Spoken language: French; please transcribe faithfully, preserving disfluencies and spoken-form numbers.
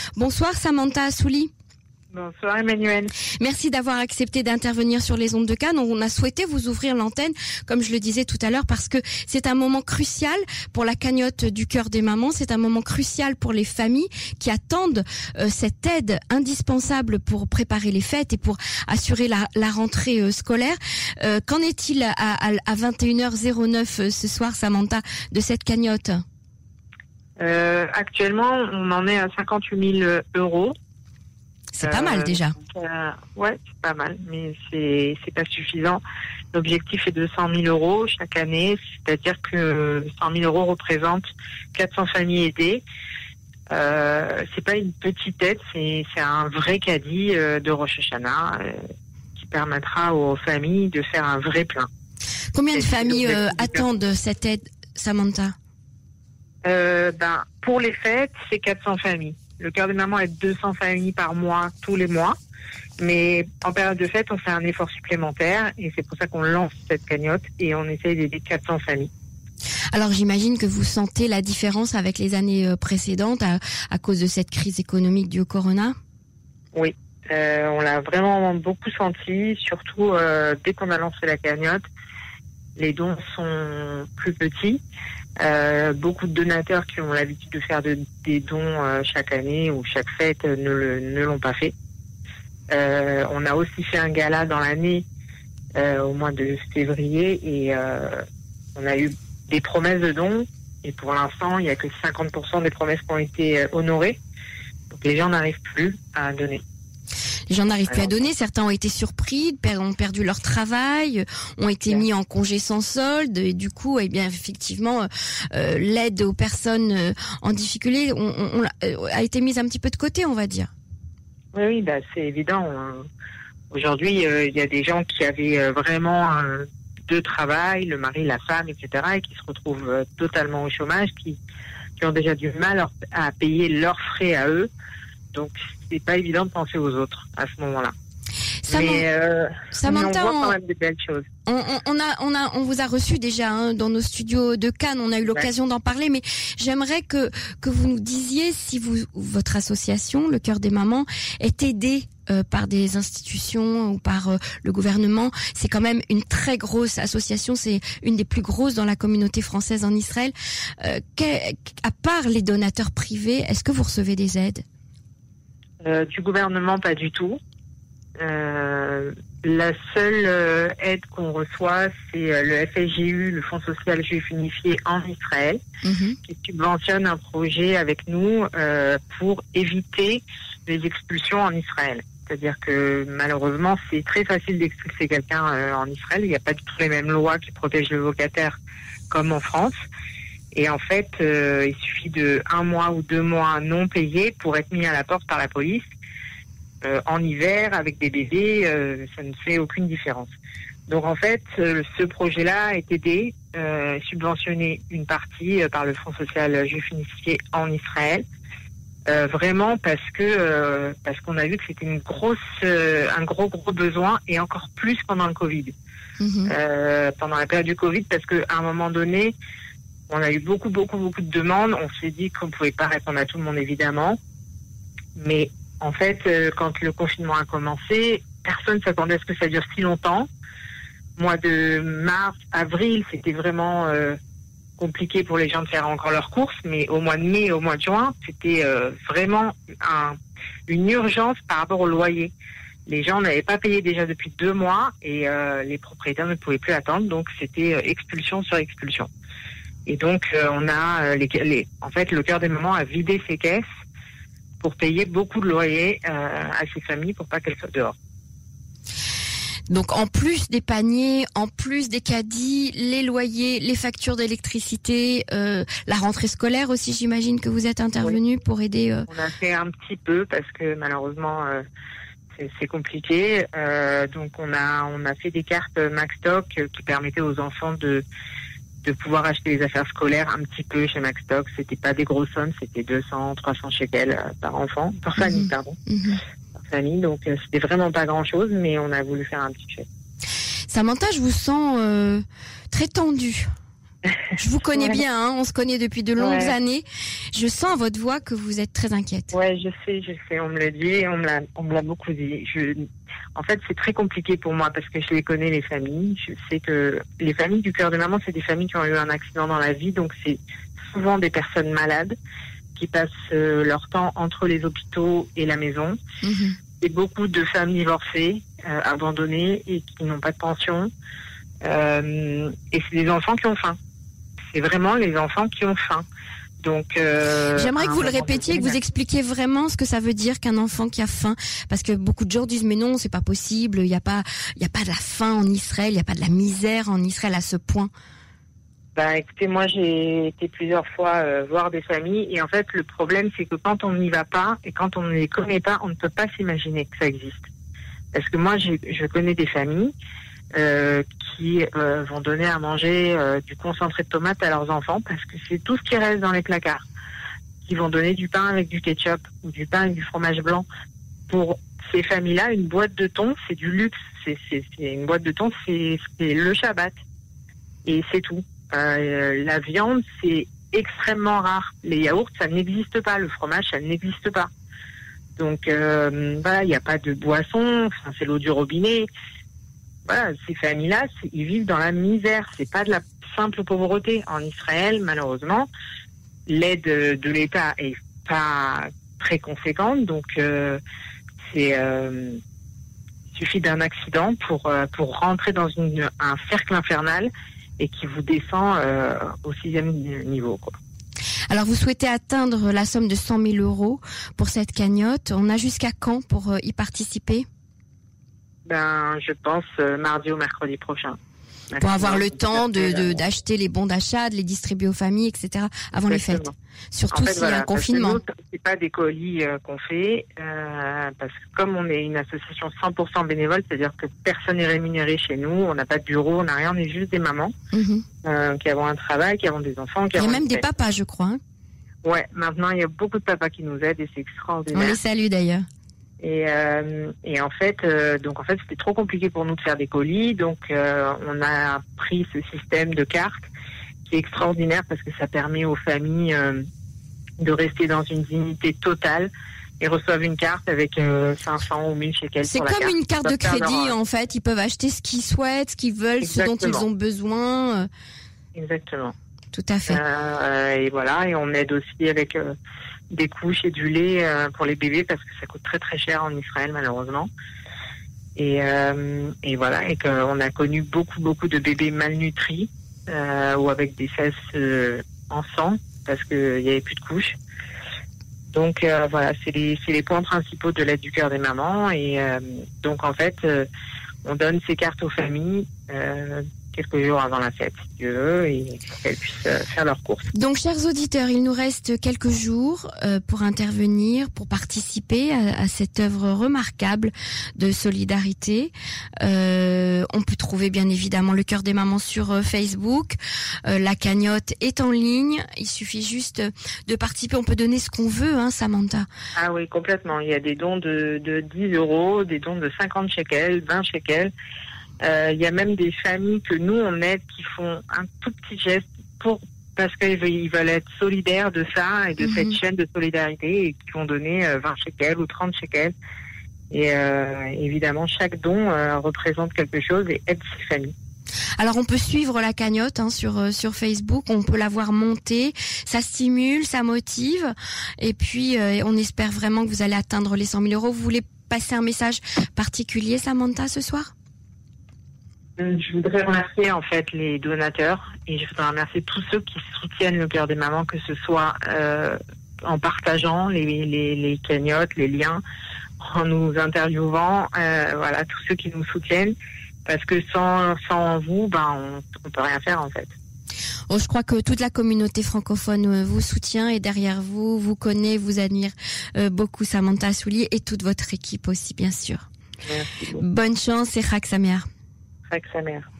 Bonsoir Samantha Assouli. Bonsoir Emmanuel. Merci d'avoir accepté d'intervenir sur les ondes de Cannes. On a souhaité vous ouvrir l'antenne, comme je le disais tout à l'heure, parce que c'est un moment crucial pour la cagnotte du cœur des mamans. C'est un moment crucial pour les familles qui attendent euh, cette aide indispensable pour préparer les fêtes et pour assurer la, la rentrée euh, scolaire. Euh, qu'en est-il à, à, à vingt et une heures neuf euh, ce soir, Samantha, de cette cagnotte ? euh, Actuellement, on en est à cinquante-huit mille euros. C'est pas mal déjà. Euh, ouais, c'est pas mal, mais c'est c'est pas suffisant. L'objectif est de cent mille euros chaque année, c'est-à-dire que cent mille euros représentent quatre cents familles aidées. Euh, c'est pas une petite aide, c'est c'est un vrai caddie euh, de Rosh Hashanah euh, qui permettra aux familles de faire un vrai plein. Combien de familles euh, attendent cette aide, Samantha ? euh, Ben pour les fêtes, c'est quatre cents familles. Le cœur des mamans aide deux cents familles par mois, tous les mois. Mais en période de fête, on fait un effort supplémentaire et c'est pour ça qu'on lance cette cagnotte et on essaye d'aider quatre cents familles. Alors j'imagine que vous sentez la différence avec les années précédentes à, à cause de cette crise économique due au corona ? Oui, euh, on l'a vraiment beaucoup senti, surtout euh, dès qu'on a lancé la cagnotte. Les dons sont plus petits. Euh, beaucoup de donateurs qui ont l'habitude de faire de, des dons euh, chaque année ou chaque fête euh, ne, le, ne l'ont pas fait. Euh, on a aussi fait un gala dans l'année euh, au mois de février et euh, on a eu des promesses de dons et pour l'instant il n'y a que cinquante pour cent des promesses qui ont été euh, honorées. Donc les gens n'arrivent plus à donner. Les gens n'arrivent plus à donner, certains ont été surpris, ont perdu leur travail, ont été mis en congé sans solde et du coup, eh bien effectivement, euh, l'aide aux personnes euh, en difficulté on, on, on a été mise un petit peu de côté, on va dire. Oui, oui, bah c'est évident. Aujourd'hui, euh, il y a des gens qui avaient euh, vraiment euh, deux travails, le mari, la femme, et cetera, et qui se retrouvent euh, totalement au chômage, qui, qui ont déjà du mal à payer leurs frais à eux. Donc, c'est pas évident de penser aux autres à ce moment-là. Samant... Mais, euh, Samantha, mais on voit quand même de belles choses. On, on, on a, on a, on vous a reçu déjà hein, dans nos studios de Cannes. On a eu l'occasion ouais. d'en parler, mais j'aimerais que que vous nous disiez si vous, votre association, le Cœur des Mamans, est aidée euh, par des institutions ou par euh, le gouvernement. C'est quand même une très grosse association. C'est une des plus grosses dans la communauté française en Israël. Euh, à part les donateurs privés, est-ce que vous recevez des aides ? Euh, du gouvernement, pas du tout. Euh, la seule euh, aide qu'on reçoit, c'est euh, le F S G U, le Fonds social juif unifié en Israël, mm-hmm. qui subventionne un projet avec nous euh, pour éviter les expulsions en Israël. C'est-à-dire que malheureusement, c'est très facile d'expulser quelqu'un euh, en Israël. Il n'y a pas du tout les mêmes lois qui protègent le locataire comme en France. Et en fait, euh, il suffit de un mois ou deux mois non payés pour être mis à la porte par la police. Euh, en hiver, avec des bébés, euh, ça ne fait aucune différence. Donc en fait, euh, ce projet-là est aidé, euh, subventionné une partie euh, par le Fonds social juif unifié en Israël, euh, vraiment parce que euh, parce qu'on a vu que c'était une grosse, euh, un gros gros besoin et encore plus pendant le Covid, mmh. euh, pendant la période du Covid, parce qu'à un moment donné, on a eu beaucoup, beaucoup, beaucoup de demandes. On s'est dit qu'on ne pouvait pas répondre à tout le monde, évidemment. Mais en fait, euh, quand le confinement a commencé, personne ne s'attendait à ce que ça dure si longtemps. Mois de mars, avril, c'était vraiment euh, compliqué pour les gens de faire encore leurs courses. Mais au mois de mai et au mois de juin, c'était euh, vraiment un, une urgence par rapport au loyer. Les gens n'avaient pas payé déjà depuis deux mois et euh, les propriétaires ne pouvaient plus attendre. Donc, c'était euh, expulsion sur expulsion. Et donc, euh, on a euh, les, les, en fait, le Cœur des Mamans a vidé ses caisses pour payer beaucoup de loyers euh, à ces familles pour pas qu'elles soient dehors. Donc, en plus des paniers, en plus des caddies, les loyers, les factures d'électricité, euh, la rentrée scolaire aussi, j'imagine que vous êtes intervenu oui. pour aider. Euh... On a fait un petit peu parce que malheureusement, euh, c'est, c'est compliqué. Euh, donc, on a on a fait des cartes Maxstock qui permettaient aux enfants de de pouvoir acheter les affaires scolaires un petit peu chez Maxstock. C'était pas des grosses sommes, c'était deux cents, trois cents shekels par enfant, par famille, mmh. pardon. Mmh. Par famille, donc euh, c'était vraiment pas grand chose, mais on a voulu faire un petit chèque. Samantha, je vous sens euh, très tendue. Je vous connais Ouais. bien, hein, on se connaît depuis de longues Ouais. années. Je sens à votre voix que vous êtes très inquiète. Ouais, je sais, je sais, on me l'a dit, on me l'a, on me l'a beaucoup dit. Je, en fait, c'est très compliqué pour moi parce que je les connais, les familles. Je sais que les familles du cœur de maman, c'est des familles qui ont eu un accident dans la vie, donc c'est souvent des personnes malades qui passent euh, leur temps entre les hôpitaux et la maison. Mhm. Et beaucoup de femmes divorcées, euh, abandonnées et qui n'ont pas de pension. Euh, et c'est des enfants qui ont faim. C'est vraiment les enfants qui ont faim. Donc, euh, J'aimerais que à un vous le moment répétiez, que donné, vous expliquiez vraiment ce que ça veut dire qu'un enfant qui a faim. Parce que beaucoup de gens disent mais non, c'est pas possible. Il n'y a pas, il y a pas de la faim en Israël, il n'y a pas de la misère en Israël à ce point. Bah, écoutez, moi j'ai été plusieurs fois euh, voir des familles et en fait le problème c'est que quand on n'y va pas et quand on ne les connaît pas, on ne peut pas s'imaginer que ça existe. Parce que moi j'ai, je connais des familles euh, qui euh, vont donner à manger euh, du concentré de tomate à leurs enfants parce que c'est tout ce qui reste dans les placards. Qui vont donner du pain avec du ketchup ou du pain avec du fromage blanc. Pour ces familles-là, une boîte de thon c'est du luxe. C'est, c'est, c'est une boîte de thon, c'est, c'est le Shabbat et c'est tout. Euh, la viande, c'est extrêmement rare. Les yaourts, ça n'existe pas. Le fromage, ça n'existe pas. Donc, euh, voilà, il n'y a pas de boisson. Enfin, c'est l'eau du robinet. Voilà, ces familles-là, c'est- ils vivent dans la misère. C'est pas de la simple pauvreté. En Israël, malheureusement, l'aide de l'État est pas très conséquente. Donc, euh, c'est euh, il suffit d'un accident pour euh, pour rentrer dans une, un cercle infernal et qui vous descend euh, au sixième niveau, quoi. Alors vous souhaitez atteindre la somme de cent mille euros pour cette cagnotte. On a jusqu'à quand pour euh, y participer? Ben, je pense euh, mardi ou mercredi prochain. Pour avoir le Maximum. temps de, de- Euh, d'acheter les bons d'achat, de les distribuer aux familles, et cetera avant les fêtes. Exactement. Surtout En fait, s'il y a voilà, un confinement. parce que nous, c'est pas des colis euh, qu'on fait, euh, parce que comme on est une association cent pour cent bénévole, c'est-à-dire que personne n'est rémunéré chez nous, on n'a pas de bureau, on n'a rien, on est juste des mamans Mhm. euh, qui avons un travail, qui avons des enfants, qui Il y a avons même une des tête. papas, je crois. hein. Ouais, maintenant il y a beaucoup de papas qui nous aident et c'est On extraordinaire. les salue d'ailleurs. Et, euh, et en fait, euh, donc en fait, c'était trop compliqué pour nous de faire des colis, donc euh, on a pris ce système de cartes qui est extraordinaire parce que ça permet aux familles euh, de rester dans une dignité totale et reçoivent une carte avec euh, cinq cents ou mille shekels C'est sur la comme carte. une carte de Ils peuvent faire crédit leur- en fait. Ils peuvent acheter ce qu'ils souhaitent, ce qu'ils veulent, ce dont ils Exactement. ont besoin. euh, Exactement. Tout à fait. Euh, et voilà, et on aide aussi avec euh, des couches et du lait euh, pour les bébés parce que ça coûte très très cher en Israël malheureusement. Et, euh, et voilà, et qu'on a connu beaucoup beaucoup de bébés malnutris euh, ou avec des fesses euh, en sang parce qu'il n'y avait plus de couches. Donc euh, voilà, c'est les, c'est les points principaux de l'aide du cœur des mamans. Et euh, donc en fait, euh, on donne ces cartes aux familles euh, quelques jours avant la fête, si Dieu veut, et pour qu'elles puissent euh, faire leurs courses. Donc, chers auditeurs, il nous reste quelques jours euh, pour intervenir, pour participer à, à cette œuvre remarquable de solidarité. Euh, on peut trouver bien évidemment le cœur des mamans sur euh, Facebook. Euh, la cagnotte est en ligne. Il suffit juste de participer. On peut donner ce qu'on veut, hein, Samantha. Ah oui, complètement. Il y a des dons de, de dix euros, des dons de cinquante shekels, vingt shekels. Euh, il y a même des familles que nous, on aide qui font un tout petit geste pour parce qu'ils veulent, ils veulent être solidaires de ça et de Mhm. cette chaîne de solidarité et qui vont donner euh, vingt shekels ou trente shekels. Et euh, évidemment, chaque don euh, représente quelque chose et aide ces familles. Alors on peut suivre la cagnotte hein, sur euh, sur Facebook, on peut la voir monter, ça stimule, ça motive, et puis euh, on espère vraiment que vous allez atteindre les cent mille euros. Vous voulez passer un message particulier, Samantha, ce soir? Je voudrais remercier en fait les donateurs et je voudrais remercier tous ceux qui soutiennent le cœur des mamans, que ce soit euh, en partageant les, les, les cagnottes, les liens, en nous interviewant, euh, voilà, tous ceux qui nous soutiennent, parce que sans, sans vous, ben, on, on peut rien faire en fait. Oh, je crois que toute la communauté francophone euh, vous soutient et derrière vous, vous connaît, vous admire euh, beaucoup, Samantha Soulier, et toute votre équipe aussi, bien sûr. Merci beaucoup. Bonne chance et Chag Sameach. Chag Sameach.